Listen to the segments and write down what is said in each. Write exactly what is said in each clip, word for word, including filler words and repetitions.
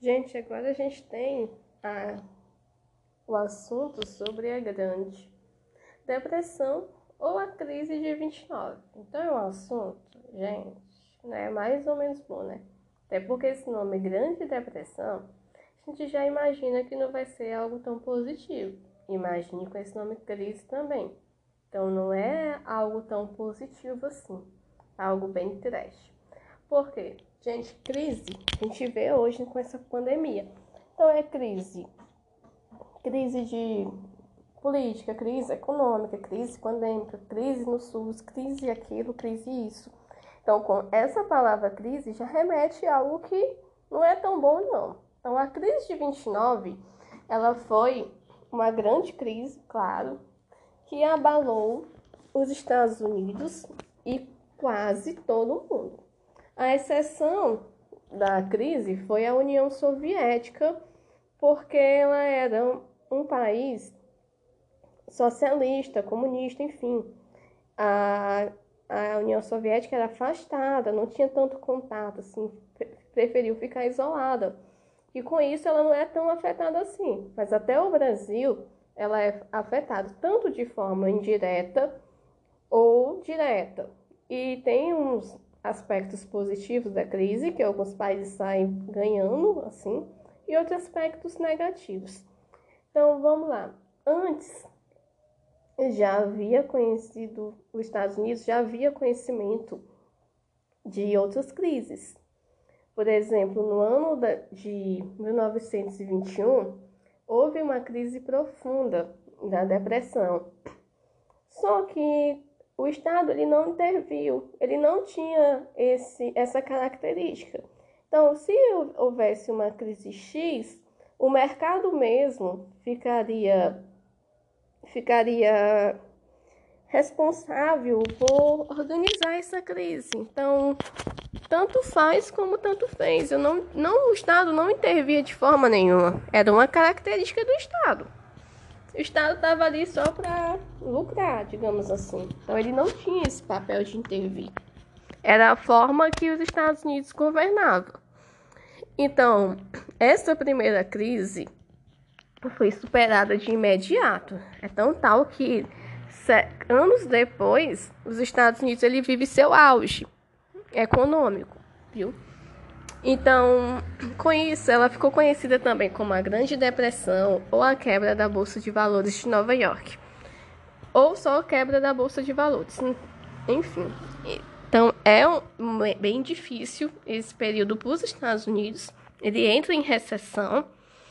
Gente, agora a gente tem a, o assunto sobre a Grande Depressão ou a crise de vinte e nove. Então é um assunto, gente, né, mais ou menos bom, né? Até porque esse nome Grande Depressão, a gente já imagina que não vai ser algo tão positivo. Imagine com esse nome crise também. Então não é algo tão positivo assim, algo bem trash. Por quê? Gente, crise, a gente vê hoje com essa pandemia. Então é crise, crise de política, crise econômica, crise pandêmica, crise no SUS, crise aquilo, crise isso. Então, com essa palavra crise já remete a algo que não é tão bom, não. Então, a crise de vinte e nove, ela foi uma grande crise, claro, que abalou os Estados Unidos e quase todo mundo. A exceção da crise foi a União Soviética, porque ela era um país socialista, comunista, enfim. A, a União Soviética era afastada, não tinha tanto contato, assim, preferiu ficar isolada. E com isso ela não é tão afetada assim. Mas até o Brasil, ela é afetada tanto de forma indireta ou direta. E tem uns aspectos positivos da crise, que alguns países saem ganhando, assim, e outros aspectos negativos. Então, vamos lá. Antes, já havia conhecido, os Estados Unidos já havia conhecimento de outras crises. Por exemplo, no ano de mil novecentos e vinte e um, houve uma crise profunda da depressão. Só que o Estado ele não interviu, ele não tinha esse, essa característica. Então, se houvesse uma crise X, o mercado mesmo ficaria, ficaria responsável por organizar essa crise. Então, tanto faz como tanto fez. Eu não, não, o Estado não intervia de forma nenhuma. Era uma característica do Estado. O Estado estava ali só para lucrar, digamos assim. Então, ele não tinha esse papel de intervir. Era a forma que os Estados Unidos governavam. Então, essa primeira crise foi superada de imediato. É tão tal que, anos depois, os Estados Unidos ele vive seu auge econômico, viu? Então, com isso, ela ficou conhecida também como a Grande Depressão ou a quebra da Bolsa de Valores de Nova York. Ou só a quebra da Bolsa de Valores. Enfim. Então, é um, bem difícil esse período para os Estados Unidos. Ele entra em recessão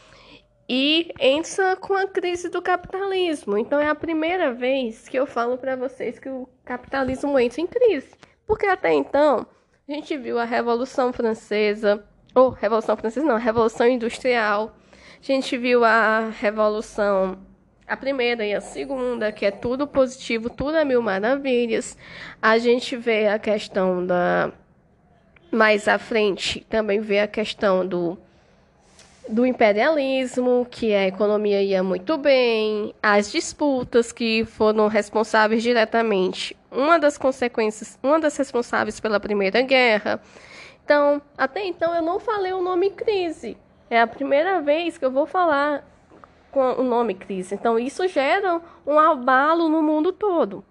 e entra com a crise do capitalismo. Então, é a primeira vez que eu falo para vocês que o capitalismo entra em crise. Porque até então, a gente viu a Revolução Francesa, ou Revolução Francesa não, Revolução Industrial. A gente viu a Revolução, a primeira e a segunda, que é tudo positivo, tudo é mil maravilhas. A gente vê a questão da... Mais à frente, também vê a questão do, do imperialismo, que a economia ia muito bem, as disputas que foram responsáveis diretamente, uma das consequências, uma das responsáveis pela Primeira Guerra. Então, até então eu não falei o nome crise. É a primeira vez que eu vou falar com o nome crise. Então, isso gera um abalo no mundo todo.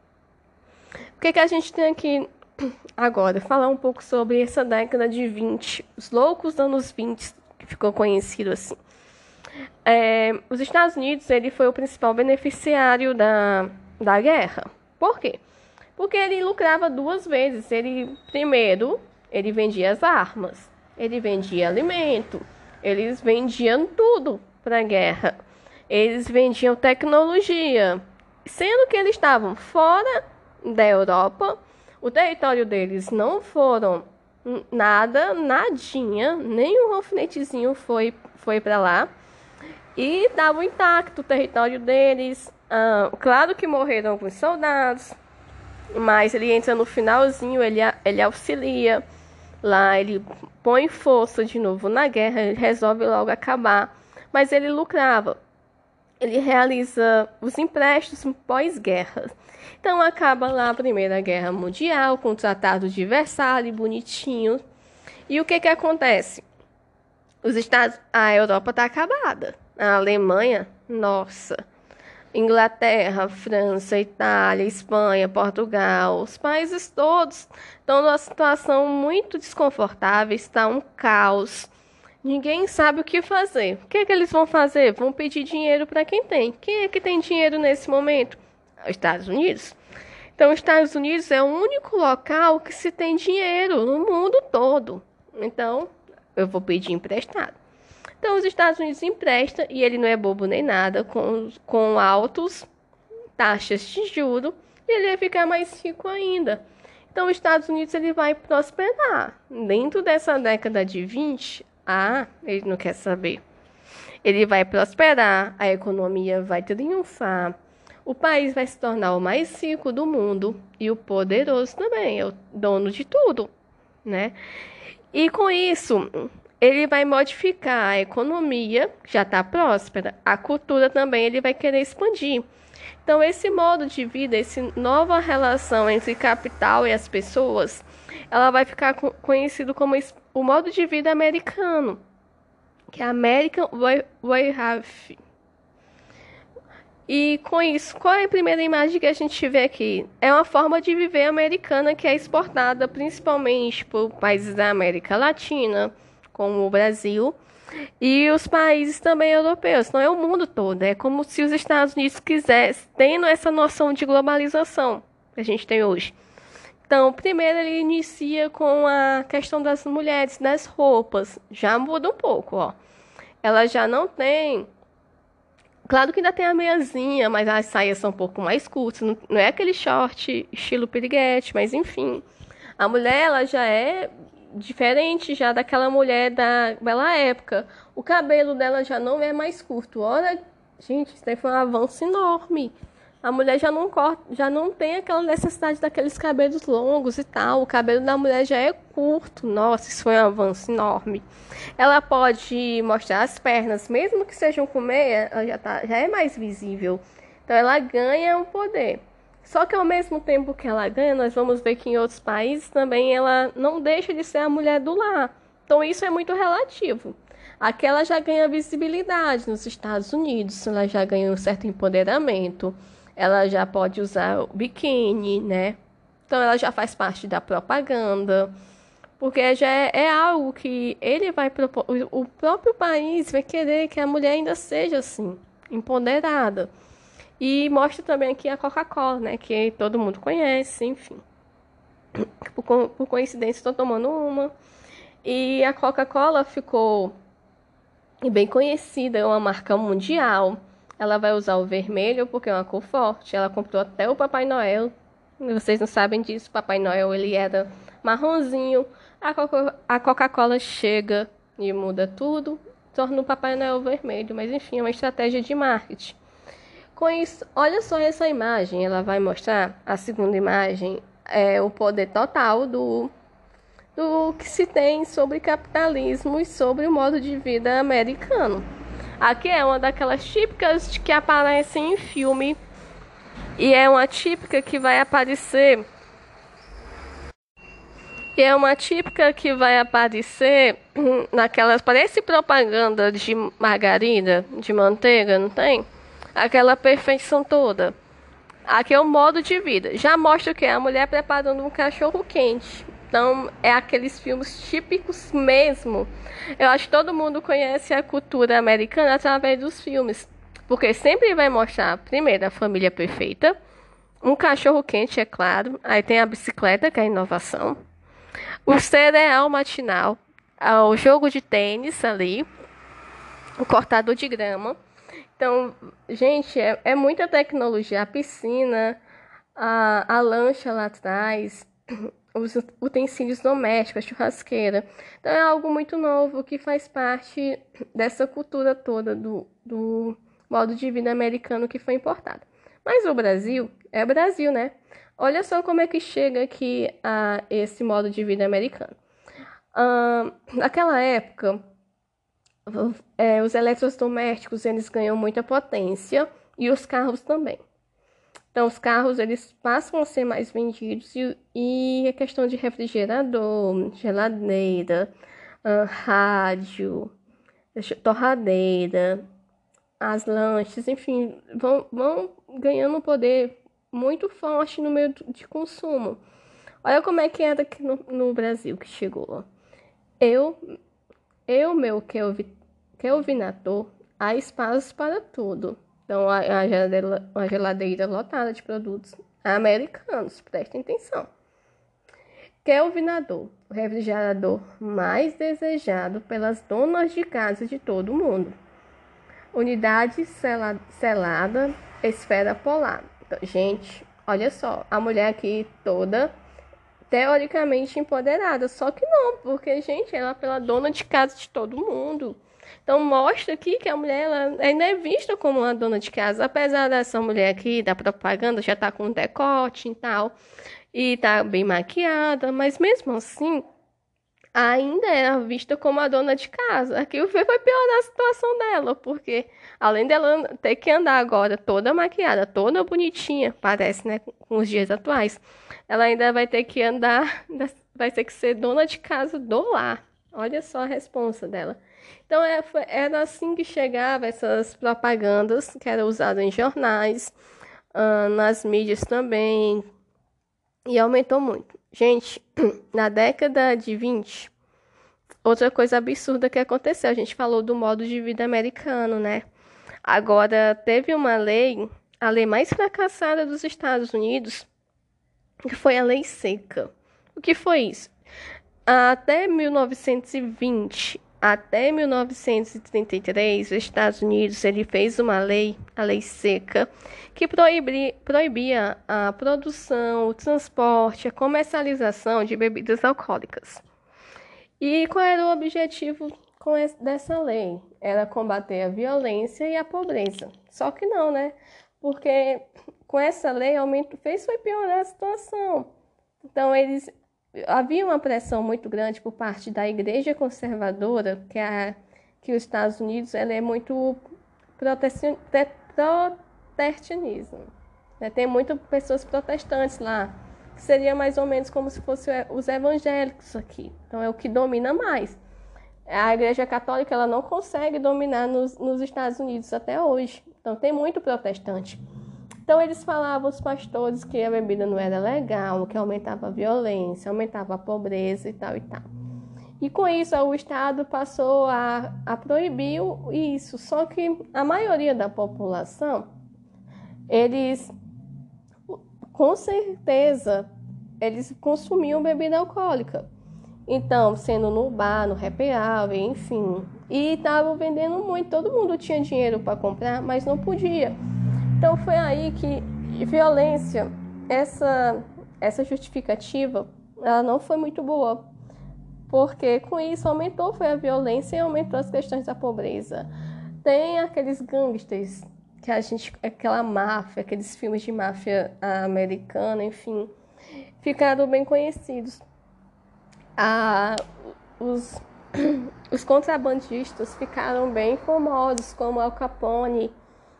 O que, que a gente tem aqui agora? Falar um pouco sobre essa década de vinte, os loucos anos vinte, que ficou conhecido assim. É, os Estados Unidos ele foi o principal beneficiário da, da guerra. Por quê? Porque ele lucrava duas vezes. Ele, primeiro, ele vendia as armas, ele vendia alimento, eles vendiam tudo para a guerra. Eles vendiam tecnologia, sendo que eles estavam fora da Europa. O território deles não foram nada, nadinha, nem um alfinetezinho foi, foi para lá. E estava intacto o território deles. Ah, claro que morreram alguns soldados, mas ele entra no finalzinho, ele, ele auxilia. Lá ele põe força de novo na guerra, ele resolve logo acabar. Mas ele lucrava. Ele realiza os empréstimos pós-guerra. Então acaba lá a Primeira Guerra Mundial, com o Tratado de Versalhes, bonitinho. E o que que acontece? Os Estados, a Europa tá acabada. A Alemanha, nossa. Inglaterra, França, Itália, Espanha, Portugal, os países todos estão numa situação muito desconfortável, está um caos. Ninguém sabe o que fazer. O que é que eles vão fazer? Vão pedir dinheiro para quem tem. Quem é que tem dinheiro nesse momento? Os Estados Unidos. Então, os Estados Unidos é o único local que se tem dinheiro no mundo todo. Então, eu vou pedir emprestado. Então, os Estados Unidos emprestam, e ele não é bobo nem nada, com, com altos taxas de juros, e ele vai ficar mais rico ainda. Então, os Estados Unidos ele vai prosperar. Dentro dessa década de vinte, ah, ele não quer saber. Ele vai prosperar, a economia vai triunfar, o país vai se tornar o mais rico do mundo, e o poderoso também, é o dono de tudo, né? E com isso, ele vai modificar a economia, que já está próspera, a cultura também ele vai querer expandir. Então, esse modo de vida, essa nova relação entre capital e as pessoas, ela vai ficar conhecido como o modo de vida americano, que é American Way, Way of. E com isso, qual é a primeira imagem que a gente vê aqui? É uma forma de viver americana que é exportada principalmente por países da América Latina, como o Brasil, e os países também europeus, não é o mundo todo. É como se os Estados Unidos quisessem, tendo essa noção de globalização que a gente tem hoje. Então, primeiro ele inicia com a questão das mulheres, das roupas. Já muda um pouco, ó. Ela já não tem... Claro que ainda tem a meiazinha, mas as saias são um pouco mais curtas. Não é aquele short estilo piriguete, mas enfim. A mulher, ela já é diferente já daquela mulher da bela época. O cabelo dela já não é mais curto. Olha, gente, isso daí foi um avanço enorme. A mulher já não corta, já não tem aquela necessidade daqueles cabelos longos e tal. O cabelo da mulher já é curto. Nossa, isso foi um avanço enorme. Ela pode mostrar as pernas, mesmo que sejam com meia, ela já, tá, já é mais visível. Então ela ganha um poder. Só que ao mesmo tempo que ela ganha, nós vamos ver que em outros países também ela não deixa de ser a mulher do lar. Então isso é muito relativo. Aqui ela já ganha visibilidade nos Estados Unidos, ela já ganha um certo empoderamento, ela já pode usar o biquíni, né? Então ela já faz parte da propaganda, porque já é, é algo que ele vai propor, o próprio país vai querer que a mulher ainda seja assim, empoderada. E mostra também aqui a Coca-Cola, né? Que todo mundo conhece, enfim. Por, por coincidência, estou tomando uma. E a Coca-Cola ficou bem conhecida, é uma marca mundial. Ela vai usar o vermelho porque é uma cor forte. Ela comprou até o Papai Noel. Vocês não sabem disso, o Papai Noel ele era marronzinho. A Coca- a Coca-Cola chega e muda tudo, torna o Papai Noel vermelho. Mas enfim, é uma estratégia de marketing. Com isso, olha só essa imagem, ela vai mostrar, a segunda imagem, é o poder total do, do que se tem sobre capitalismo e sobre o modo de vida americano. Aqui é uma daquelas típicas que aparecem em filme, e é uma típica que vai aparecer, e é uma típica que vai aparecer naquelas, parece propaganda de margarina, de manteiga, não tem? Aquela perfeição toda. Aqui é o modo de vida. Já mostra o que é a mulher preparando um cachorro quente. Então, é aqueles filmes típicos mesmo. Eu acho que todo mundo conhece a cultura americana através dos filmes. Porque sempre vai mostrar, primeiro, a família perfeita. Um cachorro quente, é claro. Aí tem a bicicleta, que é a inovação. O cereal matinal. O jogo de tênis ali. O cortador de grama. Então, gente, é, é muita tecnologia. A piscina, a, a lancha lá atrás, os utensílios domésticos, a churrasqueira. Então, é algo muito novo que faz parte dessa cultura toda do, do modo de vida americano que foi importado. Mas o Brasil é Brasil, né? Olha só como é que chega aqui a esse modo de vida americano. Ah, naquela época... É, os eletrodomésticos eles ganham muita potência e os carros também. Então os carros eles passam a ser mais vendidos e, e a questão de refrigerador, geladeira, uh, rádio, torradeira, as lanches, enfim, vão, vão ganhando um poder muito forte no meio de consumo. Olha como é que era aqui no, no Brasil que chegou. Eu, eu meu Kelvin, Kelvinator, há espaços para tudo. Então, a, a, geladeira, a geladeira lotada de produtos americanos, prestem atenção. Kelvinador, o refrigerador mais desejado pelas donas de casa de todo o mundo. Unidade selada, selada esfera polar. Então, gente, olha só, a mulher aqui toda teoricamente empoderada, só que não, porque, gente, ela é pela dona de casa de todo mundo. Então, mostra aqui que a mulher ela ainda é vista como uma dona de casa, apesar dessa mulher aqui, da propaganda, já tá com um decote e tal, e tá bem maquiada, mas mesmo assim, ainda era vista como a dona de casa. Aqui foi piorar a situação dela, porque além dela ter que andar agora toda maquiada, toda bonitinha, parece, né, com os dias atuais, ela ainda vai ter que andar, vai ter que ser dona de casa do lar. Olha só a responsa dela. Então era assim que chegava essas propagandas que eram usadas em jornais, nas mídias também, e aumentou muito. Gente, na década de vinte, outra coisa absurda que aconteceu, a gente falou do modo de vida americano, né? Agora, teve uma lei, a lei mais fracassada dos Estados Unidos, que foi a Lei Seca. O que foi isso? Até mil novecentos e vinte, até mil novecentos e trinta e três, os Estados Unidos ele fez uma lei, a Lei Seca, que proibia, proibia a produção, o transporte, a comercialização de bebidas alcoólicas. E qual era o objetivo com essa, dessa lei? Era combater a violência e a pobreza. Só que não, né? Porque com essa lei aumento, fez foi piorar a situação. Então eles havia uma pressão muito grande por parte da Igreja Conservadora, que é que os Estados Unidos ela é muito protecionismo. Né? Tem muitas pessoas protestantes lá. Seria mais ou menos como se fossem os evangélicos aqui. Então é o que domina mais. A Igreja Católica ela não consegue dominar nos, nos Estados Unidos até hoje. Então tem muito protestante. Então eles falavam, os pastores, que a bebida não era legal, que aumentava a violência, aumentava a pobreza e tal e tal. E com isso o Estado passou a, a proibir isso. Só que a maioria da população, eles, com certeza, eles consumiam bebida alcoólica. Então, sendo no bar, no happy hour, enfim. E estavam vendendo muito, todo mundo tinha dinheiro para comprar, mas não podia. Então foi aí que violência, essa, essa justificativa, ela não foi muito boa. Porque com isso aumentou foi a violência e aumentou as questões da pobreza. Tem aqueles gangsters, que a gente, aquela máfia, aqueles filmes de máfia americana, enfim, ficaram bem conhecidos. Ah, os, os contrabandistas ficaram bem famosos, como Al Capone.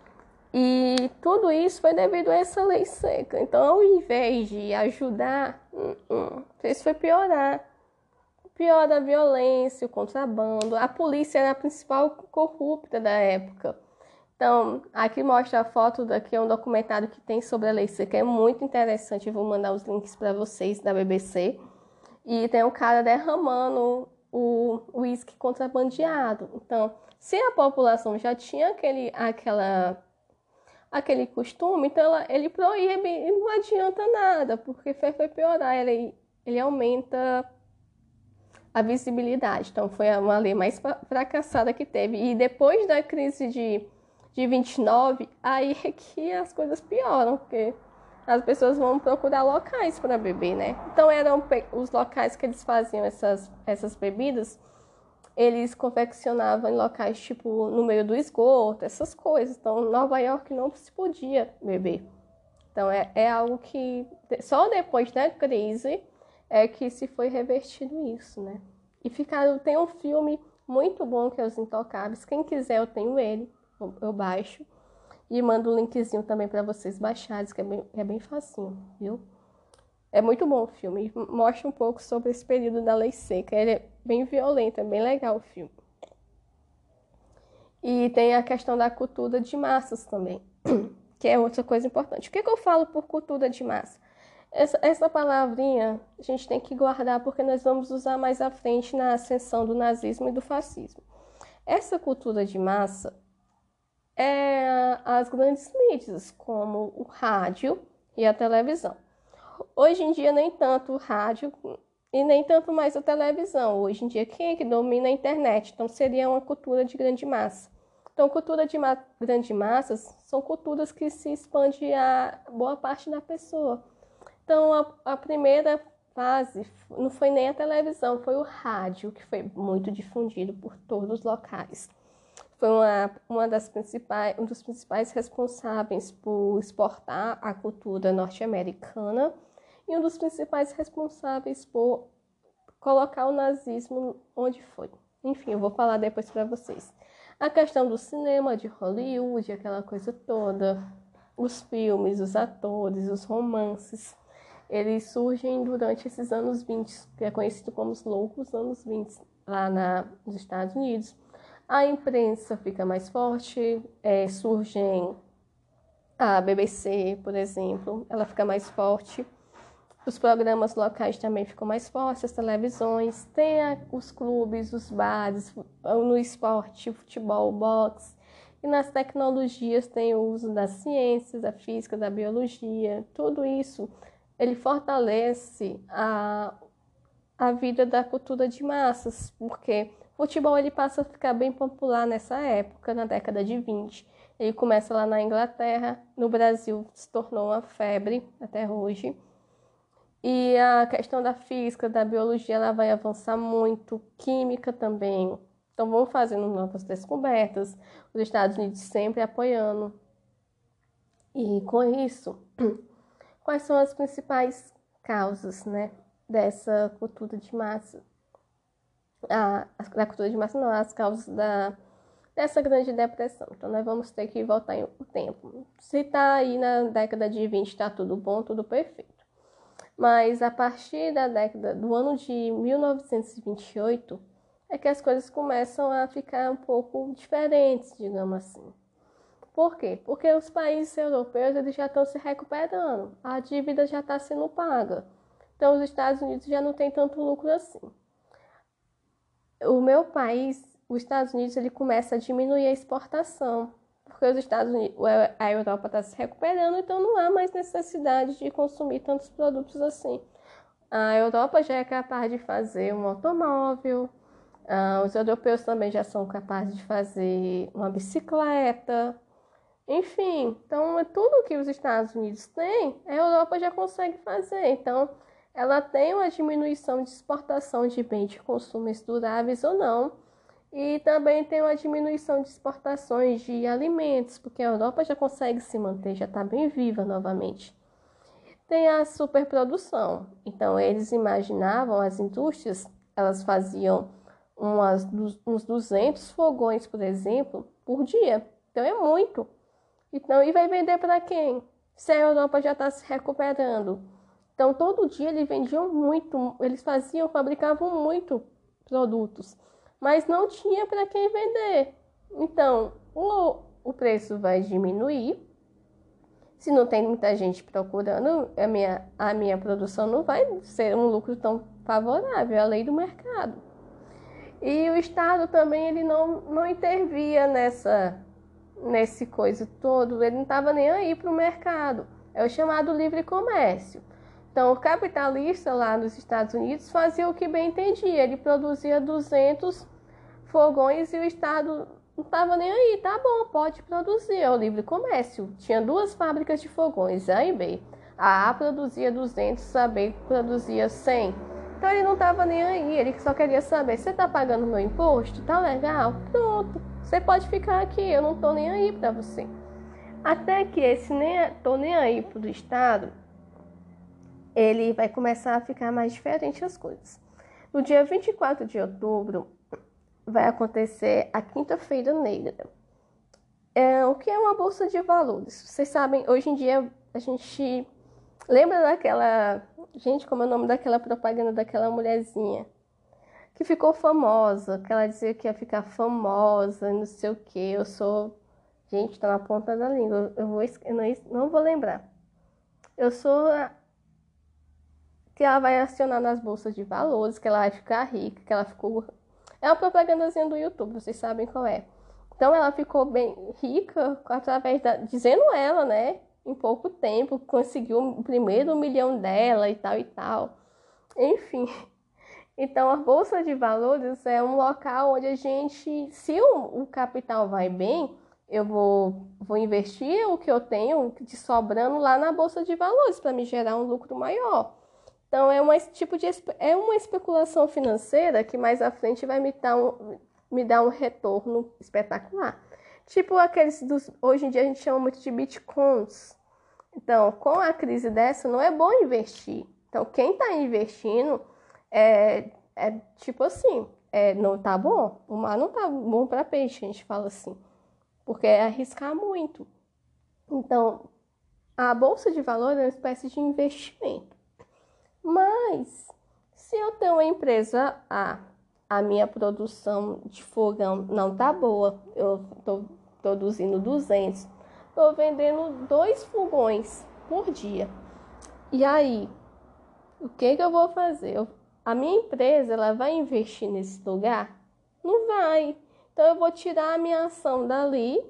E tudo isso foi devido a essa lei seca. Então, ao invés de ajudar, hum, hum, fez foi piorar. Piora a violência, o contrabando. A polícia era a principal corrupta da época. Então, aqui mostra a foto daqui, é um documentário que tem sobre a lei seca. É muito interessante, eu vou mandar os links para vocês da B B C. E tem um cara derramando o uísque contrabandeado. Então, se a população já tinha aquele, aquela... aquele costume, então ela, ele proíbe e não adianta nada, porque foi, foi piorar, ele, ele aumenta a visibilidade. Então foi uma lei mais fracassada que teve. E depois da crise de, de vinte e nove, aí é que as coisas pioram, porque as pessoas vão procurar locais para beber, né? Então eram os locais que eles faziam essas, essas bebidas, eles confeccionavam em locais tipo no meio do esgoto, essas coisas. Então, Nova York não se podia beber. Então, é, é algo que só depois da crise é que se foi revertido isso, né? E ficaram, tem um filme muito bom que é Os Intocáveis. Quem quiser, eu tenho ele, eu, eu baixo. E mando um linkzinho também para vocês baixarem, que é bem, é bem facinho, viu? É muito bom o filme, mostra um pouco sobre esse período da lei seca. Ele é bem violento, é bem legal o filme. E tem a questão da cultura de massas também, que é outra coisa importante. O que, que eu falo por cultura de massa? Essa, essa palavrinha a gente tem que guardar porque nós vamos usar mais à frente na ascensão do nazismo e do fascismo. Essa cultura de massa é as grandes mídias, como o rádio e a televisão. Hoje em dia, nem tanto o rádio e nem tanto mais a televisão. Hoje em dia, quem é que domina a internet? Então, seria uma cultura de grande massa. Então, cultura de ma- grande massas são culturas que se expande a boa parte da pessoa. Então, a, a primeira fase não foi nem a televisão, foi o rádio, que foi muito difundido por todos os locais. Foi uma, uma das principais, um dos principais responsáveis por exportar a cultura norte-americana e um dos principais responsáveis por colocar o nazismo onde foi. Enfim, eu vou falar depois para vocês. A questão do cinema, de Hollywood, aquela coisa toda, os filmes, os atores, os romances, eles surgem durante esses anos vinte, que é conhecido como os loucos anos vinte, lá na, nos Estados Unidos. A imprensa fica mais forte, é, surgem a B B C, por exemplo, ela fica mais forte. Os programas locais também ficam mais fortes, as televisões, tem a, os clubes, os bares, no esporte, futebol, boxe. E nas tecnologias tem o uso das ciências, da física, da biologia. Tudo isso, ele fortalece a, a vida da cultura de massas, porque o futebol ele passa a ficar bem popular nessa época, na década de vinte. Ele começa lá na Inglaterra, no Brasil se tornou uma febre até hoje. E a questão da física, da biologia, ela vai avançar muito, química também. Então vão fazendo novas descobertas, os Estados Unidos sempre apoiando. E com isso, quais são as principais causas, né, dessa cultura de massa? A, da cultura de massa não, as causas da, dessa grande depressão. Então nós vamos ter que voltar em o tempo. Se está aí na década de vinte, está tudo bom, tudo perfeito. Mas a partir da década do ano de mil novecentos e vinte e oito é que as coisas começam a ficar um pouco diferentes, digamos assim. Por quê? Porque os países europeus eles já estão se recuperando, a dívida já está sendo paga. Então os Estados Unidos já não tem tanto lucro assim. O meu país, os Estados Unidos, ele começa a diminuir a exportação. Porque os Estados Unidos, a Europa está se recuperando, então não há mais necessidade de consumir tantos produtos assim. A Europa já é capaz de fazer um automóvel, uh, os europeus também já são capazes de fazer uma bicicleta, enfim. Então, é tudo que os Estados Unidos têm, a Europa já consegue fazer. Então, ela tem uma diminuição de exportação de bens de consumo duráveis ou não, e também tem uma diminuição de exportações de alimentos, porque a Europa já consegue se manter, já está bem viva novamente. Tem a superprodução. Então, eles imaginavam, as indústrias, elas faziam umas, uns duzentos fogões, por exemplo, por dia. Então, é muito. Então, e vai vender para quem? Se a Europa já está se recuperando. Então, todo dia eles vendiam muito, eles faziam, fabricavam muito produtos, mas não tinha para quem vender. Então, o, o preço vai diminuir. Se não tem muita gente procurando, a minha, a minha produção não vai ser um lucro tão favorável, é a lei do mercado. E o Estado também ele não, não intervia nessa, nesse coisa todo, ele não estava nem aí para o mercado. É o chamado livre comércio. Então, o capitalista lá nos Estados Unidos fazia o que bem entendia. Ele produzia duzentos fogões e o Estado não estava nem aí. Tá bom, pode produzir, é o livre comércio. Tinha duas fábricas de fogões, A e B. A A produzia duzentos, a B produzia cem. Então, ele não estava nem aí. Ele só queria saber, você está pagando meu imposto? Tá legal? Pronto, você pode ficar aqui, eu não estou nem aí para você. Até que esse nem tô nem aí pro Estado, ele vai começar a ficar mais diferente as coisas. No dia vinte e quatro de outubro, vai acontecer a Quinta-feira Negra. É, o que é uma bolsa de valores? Vocês sabem, hoje em dia a gente lembra daquela... Gente, como é o nome daquela propaganda daquela mulherzinha? Que que ficou famosa, que ela dizia que ia ficar famosa, não sei o que. Eu sou. Gente, tá na ponta da língua. Eu, vou, eu não, não vou lembrar. Eu sou a, que ela vai acionar nas bolsas de valores, que ela vai ficar rica, que ela ficou. É uma propagandazinha do YouTube, vocês sabem qual é. Então ela ficou bem rica através da. Dizendo ela, né? Em pouco tempo, conseguiu o primeiro milhão dela e tal e tal. Enfim. Então, a Bolsa de Valores é um local onde a gente, se o, o capital vai bem, eu vou, vou investir o que eu tenho de sobrando lá na Bolsa de Valores para me gerar um lucro maior. Então, é uma, tipo de, é uma especulação financeira que mais à frente vai me dar um, me dar um retorno espetacular. Tipo aqueles dos... Hoje em dia a gente chama muito de bitcoins. Então, com a crise dessa, não é bom investir. Então, quem está investindo... É, é tipo assim, é, não tá bom, o mar não tá bom para peixe, a gente fala assim, porque é arriscar muito. Então, a bolsa de valores é uma espécie de investimento. Mas, se eu tenho uma empresa A, a minha produção de fogão não tá boa, eu tô produzindo duzentos, tô vendendo dois fogões por dia. E aí, o que que eu vou fazer? Eu A minha empresa, ela vai investir nesse lugar? Não vai. Então, eu vou tirar a minha ação dali.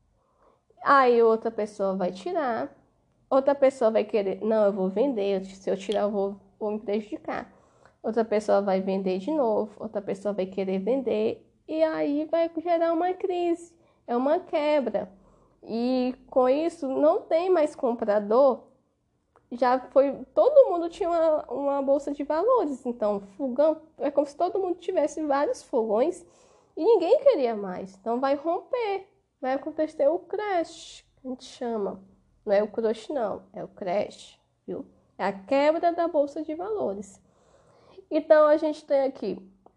Aí, outra pessoa vai tirar. Outra pessoa vai querer... Não, eu vou vender. Se eu tirar, eu vou, vou me prejudicar. Outra pessoa vai vender de novo. Outra pessoa vai querer vender. E aí, vai gerar uma crise. É uma quebra. E, com isso, não tem mais comprador. Já foi, todo mundo tinha uma, uma bolsa de valores, então fogão, é como se todo mundo tivesse vários fogões e ninguém queria mais, então vai romper, vai acontecer o crash, que a gente chama, não é o crush não, é o crash, viu? É a quebra da bolsa de valores. Então a gente tem aqui,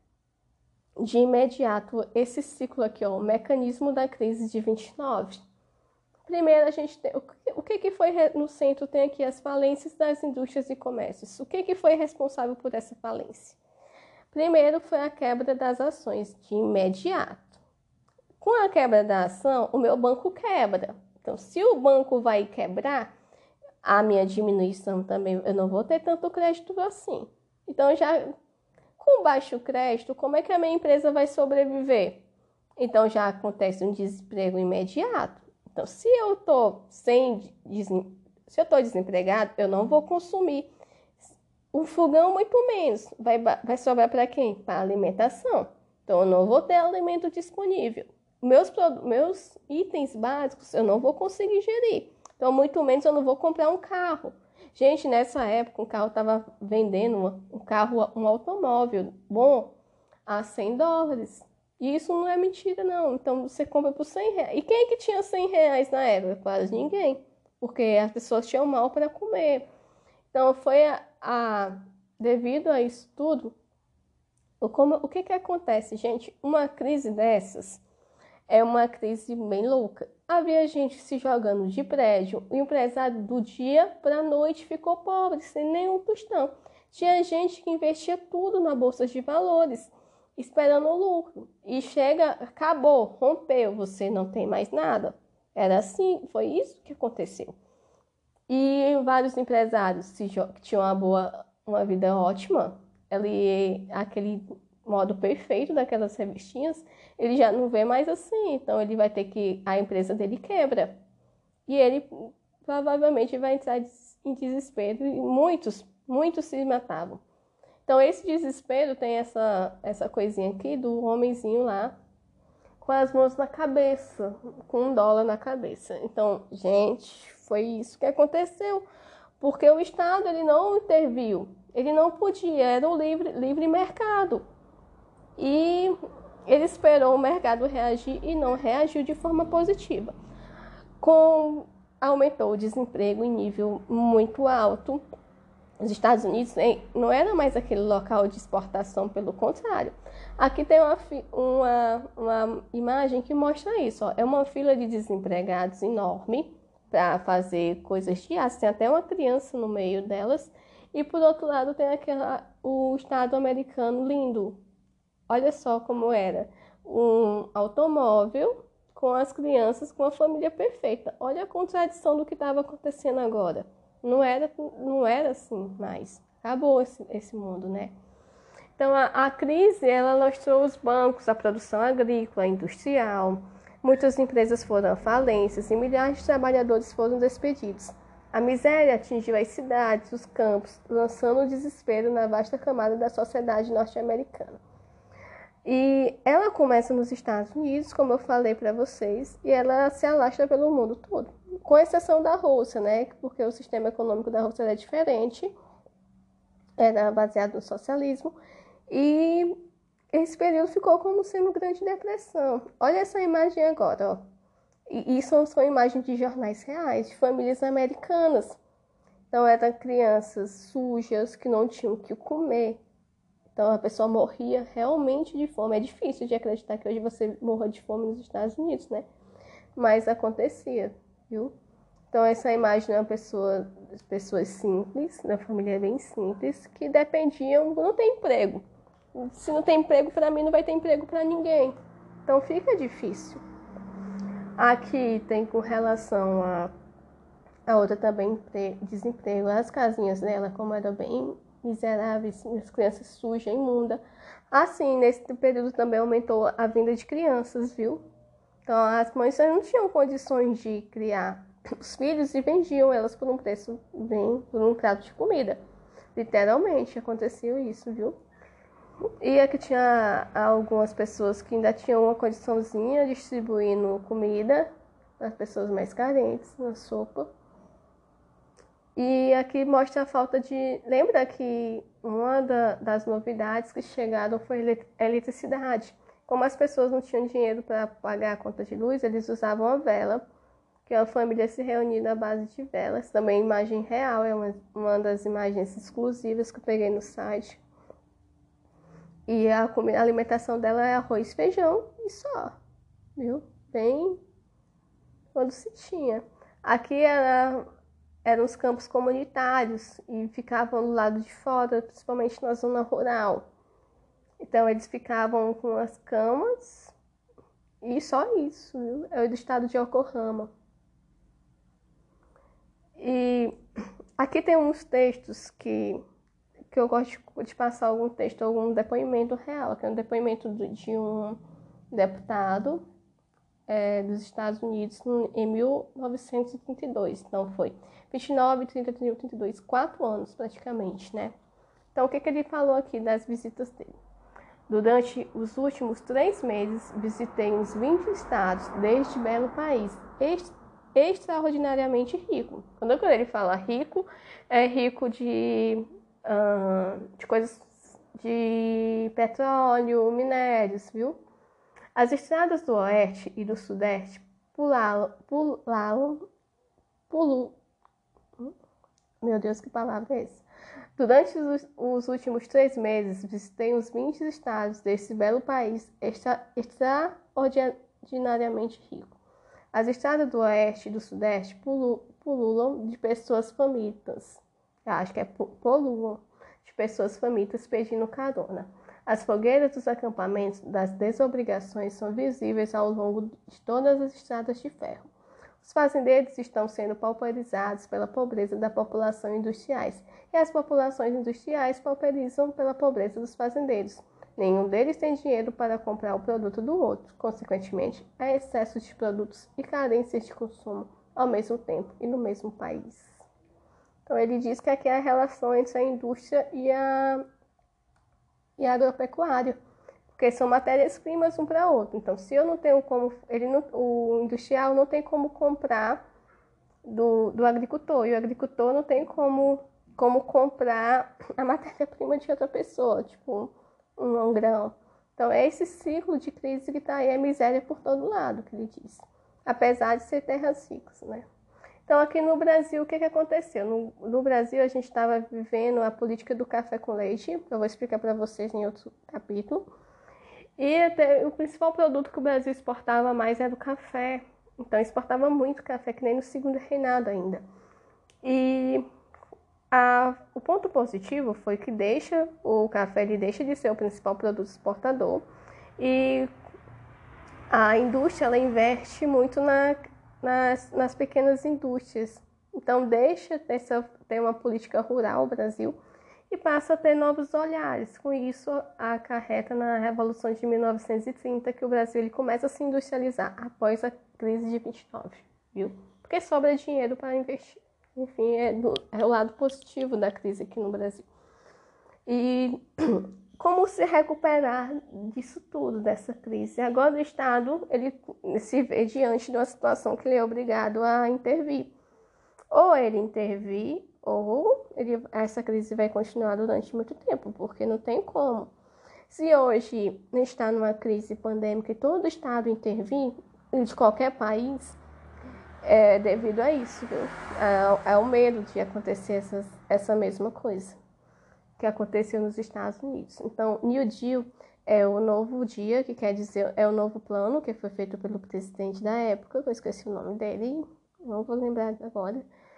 de imediato, esse ciclo aqui, ó, o mecanismo da crise de vinte e nove. Primeiro, a gente tem, o que, que foi no centro? Tem aqui as falências das indústrias e comércios. O que, que foi responsável por essa falência? Primeiro, foi a quebra das ações de imediato. Com a quebra da ação, o meu banco quebra. Então, se o banco vai quebrar, a minha diminuição também, eu não vou ter tanto crédito assim. Então, já com baixo crédito, como é que a minha empresa vai sobreviver? Então, já acontece um desemprego imediato. Então, se eu tô sem se eu tô desempregado, eu não vou consumir. O fogão, muito menos. Vai, vai sobrar para quem? Para alimentação. Então, eu não vou ter alimento disponível. Meus, meus itens básicos, eu não vou conseguir gerir. Então, muito menos eu não vou comprar um carro. Gente, nessa época, um carro estava vendendo um carro, um automóvel bom a cem dólares. E isso não é mentira, não. Então, você compra por cem reais. E quem é que tinha cem reais na época? Quase ninguém. Porque as pessoas tinham mal para comer. Então, foi a, a... Devido a isso tudo, o, como, o que que acontece, gente? Uma crise dessas é uma crise bem louca. Havia gente se jogando de prédio. O empresário do dia para a noite ficou pobre, sem nenhum tostão. Tinha gente que investia tudo na bolsa de valores, esperando o lucro. E chega, acabou, rompeu, você não tem mais nada. Era assim, foi isso que aconteceu. E vários empresários que tinham uma boa, uma vida ótima, ele, aquele modo perfeito daquelas revistinhas, ele já não vê mais assim. Então ele vai ter que, a empresa dele quebra. E ele provavelmente vai entrar em desespero. E muitos, muitos se matavam. Então, esse desespero tem essa, essa coisinha aqui do homenzinho lá com as mãos na cabeça, com um dólar na cabeça. Então, gente, foi isso que aconteceu. Porque o Estado, ele não interviu. Ele não podia, era o livre, livre mercado. E ele esperou o mercado reagir e não reagiu de forma positiva. Com, aumentou o desemprego em nível muito alto. Os Estados Unidos não era mais aquele local de exportação, pelo contrário. Aqui tem uma, uma, uma imagem que mostra isso. Ó. É uma fila de desempregados enorme para fazer coisas de arte. Tem até uma criança no meio delas. E por outro lado tem aquela, o Estado americano lindo. Olha só como era um automóvel com as crianças, com a família perfeita. Olha a contradição do que estava acontecendo agora. Não era, não era assim mais. Acabou esse, esse mundo, né? Então, a, a crise, ela lastrou os bancos, a produção agrícola, industrial. Muitas empresas foram à falências e milhares de trabalhadores foram despedidos. A miséria atingiu as cidades, os campos, lançando o desespero na vasta camada da sociedade norte-americana. E ela começa nos Estados Unidos, como eu falei para vocês, e ela se alastra pelo mundo todo, com exceção da Rússia, né? Porque o sistema econômico da Rússia era diferente, era baseado no socialismo, e esse período ficou como sendo grande depressão. Olha essa imagem agora, ó. E isso são imagens de jornais reais, de famílias americanas. Então, eram crianças sujas, que não tinham o que comer. Então, a pessoa morria realmente de fome. É difícil de acreditar que hoje você morra de fome nos Estados Unidos, né? Mas acontecia, viu? Então, essa imagem é uma pessoa, pessoas simples, uma família bem simples, que dependiam, não tem emprego. Se não tem emprego para mim, não vai ter emprego para ninguém. Então, fica difícil. Aqui tem com relação a, a outra também, desemprego. As casinhas dela, como eram bem miseráveis, as crianças sujas, imundas. Assim, nesse período também aumentou a venda de crianças, viu? Então, as mães não tinham condições de criar os filhos e vendiam elas por um preço bem, por um prato de comida. Literalmente, aconteceu isso, viu? E aqui tinha algumas pessoas que ainda tinham uma condiçãozinha distribuindo comida para as pessoas mais carentes, na sopa. E aqui mostra a falta de... Lembra que uma da, das novidades que chegaram foi a eletricidade. Como as pessoas não tinham dinheiro para pagar a conta de luz, eles usavam a vela, que a família se reunia na base de velas. Também imagem real, é uma, uma das imagens exclusivas que eu peguei no site. E a, a alimentação dela é arroz, feijão e só, viu? Bem quando se tinha. Aqui era, eram os campos comunitários e ficavam do lado de fora, principalmente na zona rural. Então eles ficavam com as camas e só isso, viu? É o do estado de Oklahoma. E aqui tem uns textos que... que eu gosto de passar algum texto, algum depoimento real, que é um depoimento de um deputado é, dos Estados Unidos em mil novecentos e trinta e dois. Então, foi vinte e nove, trinta, trinta e um, trinta e dois, quatro anos praticamente, né? Então, o que, que ele falou aqui das visitas dele? Durante os últimos três meses, visitei uns vinte estados deste belo país, extraordinariamente rico. Quando ele fala rico, é rico de... Uh, de coisas de petróleo, minérios, viu? As estradas do oeste e do sudeste pularam, pularam, pulu, meu Deus, que palavra é essa? Durante os, os últimos três meses, visitei uns vinte estados desse belo país extra, extraordinariamente rico. As estradas do oeste e do sudeste pulu, pululam de pessoas famintas. Acho que é poluam de pessoas famintas pedindo carona. As fogueiras dos acampamentos das desobrigações são visíveis ao longo de todas as estradas de ferro. Os fazendeiros estão sendo pauperizados pela pobreza da população industriais, e as populações industriais pauperizam pela pobreza dos fazendeiros. Nenhum deles tem dinheiro para comprar o produto do outro. Consequentemente, há excesso de produtos e carências de consumo ao mesmo tempo e no mesmo país. Então, ele diz que aqui é a relação entre a indústria e a, e a agropecuária, porque são matérias-primas um para outro. Então, se eu não tenho como... Ele não, o industrial não tem como comprar do, do agricultor, e o agricultor não tem como, como comprar a matéria-prima de outra pessoa, tipo um, um grão. Então, é esse ciclo de crise que está aí, a miséria por todo lado, que ele diz. Apesar de ser terras ricas, né? Então, aqui no Brasil, o que, que aconteceu? No, no Brasil, a gente estava vivendo a política do café com leite, eu vou explicar para vocês em outro capítulo. E até, o principal produto que o Brasil exportava mais era o café. Então, exportava muito café, que nem no segundo reinado ainda. E A, o ponto positivo foi que deixa, o café ele deixa de ser o principal produto exportador e a indústria ela investe muito na, nas, nas pequenas indústrias. Então deixa de ter uma política rural no Brasil e passa a ter novos olhares. Com isso, acarreta na Revolução de mil novecentos e trinta que o Brasil ele começa a se industrializar após a crise de vinte e nove, viu? Porque sobra dinheiro para investir. Enfim, é, do, é o lado positivo da crise aqui no Brasil. E como se recuperar disso tudo, dessa crise? Agora o Estado ele se vê diante de uma situação que ele é obrigado a intervir. Ou ele intervir, ou ele, essa crise vai continuar durante muito tempo, porque não tem como. Se hoje está numa crise pandêmica e todo o Estado intervir, de qualquer país, é devido a isso, viu? É, é o medo de acontecer essas, essa mesma coisa que aconteceu nos Estados Unidos. Então, New Deal é o novo dia, que quer dizer, é o novo plano que foi feito pelo presidente da época, eu esqueci o nome dele, não vou lembrar agora.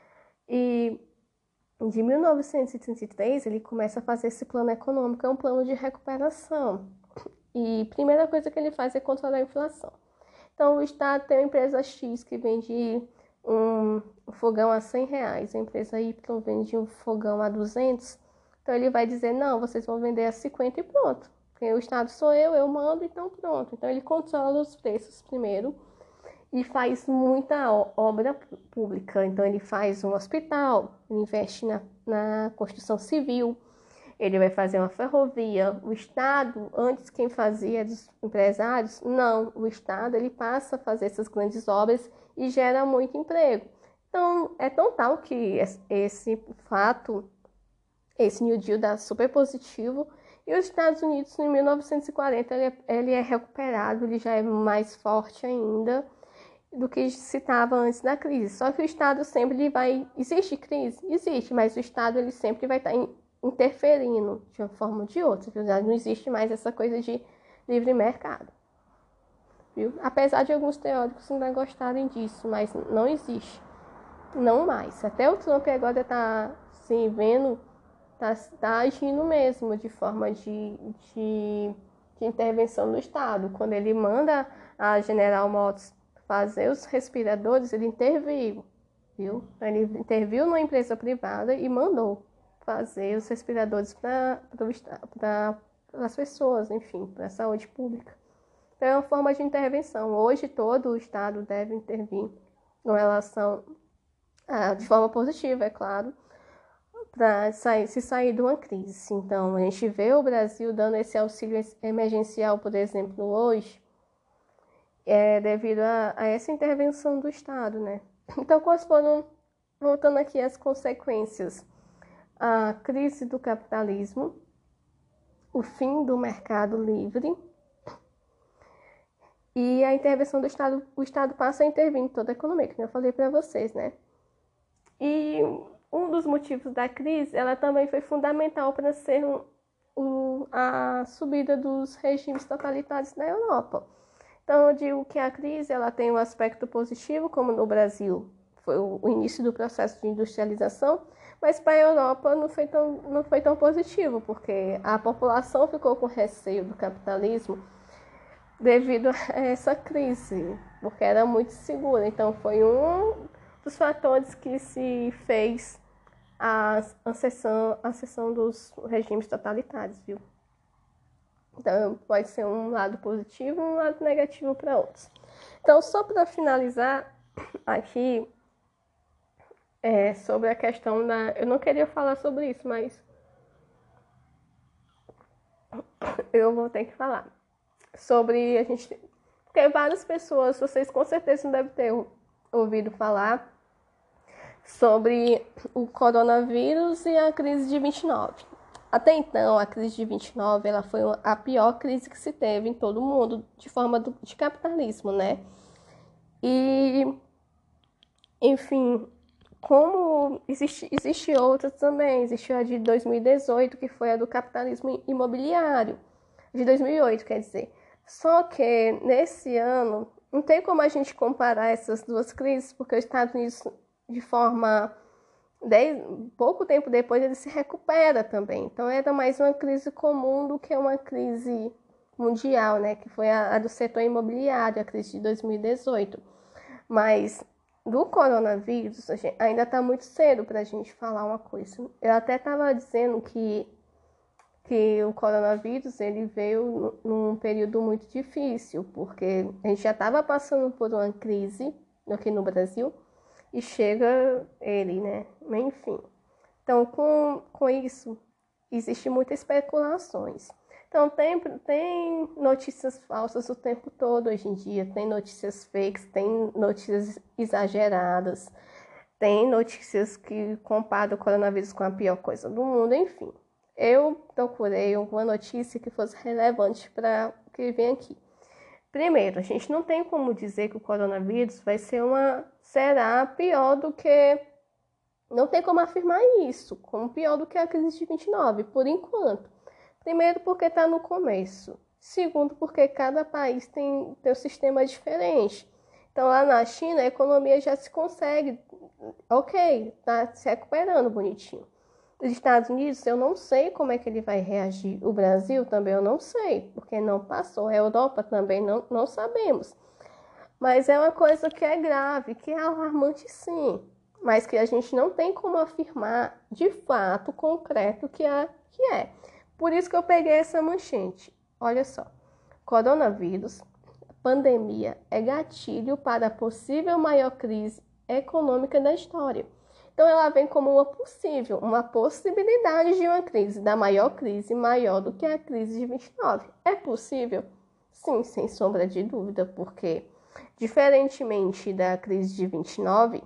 E de mil novecentos e trinta e três, ele começa a fazer esse plano econômico, é um plano de recuperação. E a primeira coisa que ele faz é controlar a inflação. Então, o Estado tem uma empresa X que vende um fogão a cem reais, a empresa Y vende um fogão a duzentos. Então, ele vai dizer, não, vocês vão vender a cinquenta e pronto. Porque o Estado sou eu, eu mando, então pronto. Então, ele controla os preços primeiro e faz muita obra pública. Então, ele faz um hospital, ele investe na, na construção civil, ele vai fazer uma ferrovia. O Estado, antes quem fazia dos empresários, não. O Estado ele passa a fazer essas grandes obras e gera muito emprego. Então, é tão tal que esse fato, esse New Deal dá super positivo. E os Estados Unidos, em mil novecentos e quarenta, ele é, ele é recuperado, ele já é mais forte ainda do que se estava antes da crise. Só que o Estado sempre vai... Existe crise? Existe, mas o Estado ele sempre vai estar em interferindo de uma forma ou de outra, viu? Não existe mais essa coisa de livre mercado, viu? Apesar de alguns teóricos ainda gostarem disso, mas não existe, não mais. Até o Trump agora está se vendo, está tá agindo mesmo de forma de, de, de intervenção do Estado. Quando ele manda a General Motors fazer os respiradores, ele interviu, viu? Ele interviu numa empresa privada e mandou fazer os respiradores para as pessoas, enfim, para a saúde pública. Então, é uma forma de intervenção. Hoje, todo o Estado deve intervir com relação, a, de forma positiva, é claro, para sair, se sair de uma crise. Então, a gente vê o Brasil dando esse auxílio emergencial, por exemplo, hoje, é devido a, a essa intervenção do Estado, né? Então, quais foram, voltando aqui às consequências? A crise do capitalismo, o fim do mercado livre e a intervenção do Estado. O Estado passa a intervir em toda a economia, que eu falei para vocês, né? E um dos motivos da crise, ela também foi fundamental para ser um, um, a subida dos regimes totalitários na Europa. Então, eu digo que a crise ela tem um aspecto positivo, como no Brasil foi o início do processo de industrialização, mas para a Europa não foi tão, não foi tão positivo, porque a população ficou com receio do capitalismo devido a essa crise, porque era muito segura. Então, foi um dos fatores que se fez a ascensão, a ascensão dos regimes totalitários, viu? Então, pode ser um lado positivo e um lado negativo para outros. Então, só para finalizar aqui, é, sobre a questão da... Eu não queria falar sobre isso, mas eu vou ter que falar. Sobre a gente... Porque várias pessoas, vocês com certeza não devem ter ouvido falar sobre o coronavírus e a crise de vinte e nove. Até então, a crise de vinte e nove ela foi a pior crise que se teve em todo o mundo, de forma do, de capitalismo, né? E, enfim, como existe, existe outras também, existiu a de dois mil e dezoito, que foi a do capitalismo imobiliário, de dois mil e oito, quer dizer. Só que, nesse ano, não tem como a gente comparar essas duas crises, porque os Estados Unidos, de forma Dez, pouco tempo depois ele se recupera também. Então era mais uma crise comum do que uma crise mundial, né? Que foi a, a do setor imobiliário, a crise de dois mil e dezoito. Mas do coronavírus ainda está muito cedo para a gente falar uma coisa. Eu até estava dizendo que, que o coronavírus ele veio num período muito difícil, porque a gente já estava passando por uma crise aqui no Brasil, e chega ele, né? Enfim. Então, com, com isso, existe muitas especulações. Então, tem, tem notícias falsas o tempo todo hoje em dia. Tem notícias fakes, tem notícias exageradas. Tem notícias que comparam o coronavírus com a pior coisa do mundo. Enfim, eu procurei uma notícia que fosse relevante para o que vem aqui. Primeiro, a gente não tem como dizer que o coronavírus vai ser uma... será pior do que... Não tem como afirmar isso, como pior do que a crise de vinte e nove, por enquanto. Primeiro, porque está no começo. Segundo, porque cada país tem seu sistema diferente. Então, lá na China, a economia já se consegue... Ok, está se recuperando bonitinho. Os Estados Unidos, eu não sei como é que ele vai reagir. O Brasil também eu não sei, porque não passou. A Europa também não, não sabemos. Mas é uma coisa que é grave, que é alarmante sim. Mas que a gente não tem como afirmar de fato, concreto, que é. Que é. Por isso que eu peguei essa manchete. Olha só. Coronavírus, pandemia, é gatilho para a possível maior crise econômica da história. Então, ela vem como uma possível, uma possibilidade de uma crise, da maior crise, maior do que a crise de vinte e nove. É possível? Sim, sem sombra de dúvida, porque, diferentemente da crise de vinte e nove,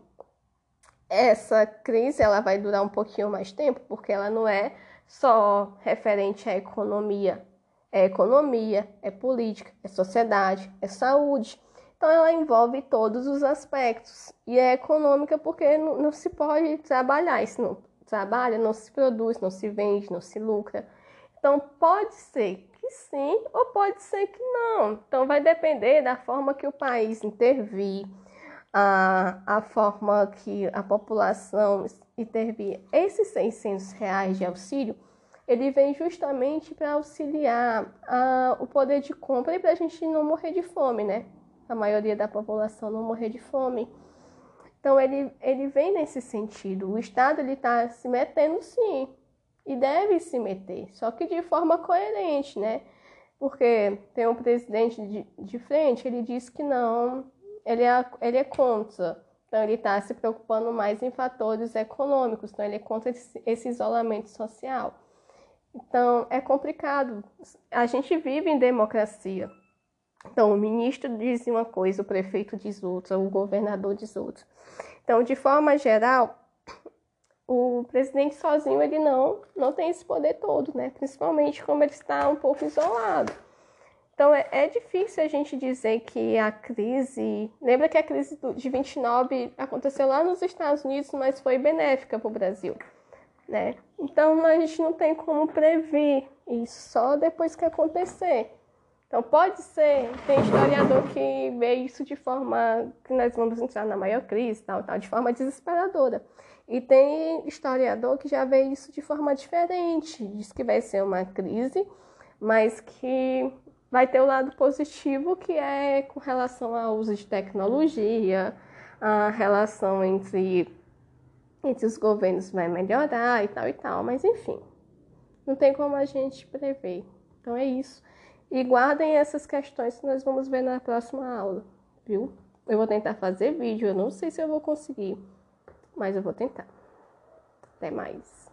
essa crise ela vai durar um pouquinho mais tempo, porque ela não é só referente à economia. É economia, é política, é sociedade, é saúde. Então, ela envolve todos os aspectos. E é econômica porque não, não se pode trabalhar. Se não trabalha, não se produz, não se vende, não se lucra. Então, pode ser que sim ou pode ser que não. Então, vai depender da forma que o país intervir, a, a forma que a população intervir. Esses seiscentos reais de auxílio, ele vem justamente para auxiliar a, o poder de compra e para a gente não morrer de fome, né? A maioria da população não morrer de fome. Então, ele, ele vem nesse sentido. O Estado está se metendo, sim, e deve se meter, só que de forma coerente, né? Porque tem um presidente de, de frente, ele diz que não, ele é, ele é contra. Então, ele está se preocupando mais em fatores econômicos, então ele é contra esse, esse isolamento social. Então, é complicado. A gente vive em democracia. Então, o ministro diz uma coisa, o prefeito diz outra, o governador diz outra. Então, de forma geral, o presidente sozinho ele não, não tem esse poder todo, né? Principalmente como ele está um pouco isolado. Então, é, é difícil a gente dizer que a crise... Lembra que a crise de vinte e nove aconteceu lá nos Estados Unidos, mas foi benéfica para o Brasil, né? Então, a gente não tem como prever isso só depois que acontecer. Então, pode ser, tem historiador que vê isso de forma que nós vamos entrar na maior crise, tal, tal, de forma desesperadora. E tem historiador que já vê isso de forma diferente, diz que vai ser uma crise, mas que vai ter o lado positivo, que é com relação ao uso de tecnologia, a relação entre, entre os governos vai melhorar e tal e tal, mas enfim, não tem como a gente prever. Então é isso. E guardem essas questões que nós vamos ver na próxima aula, viu? Eu vou tentar fazer vídeo, eu não sei se eu vou conseguir, mas eu vou tentar. Até mais.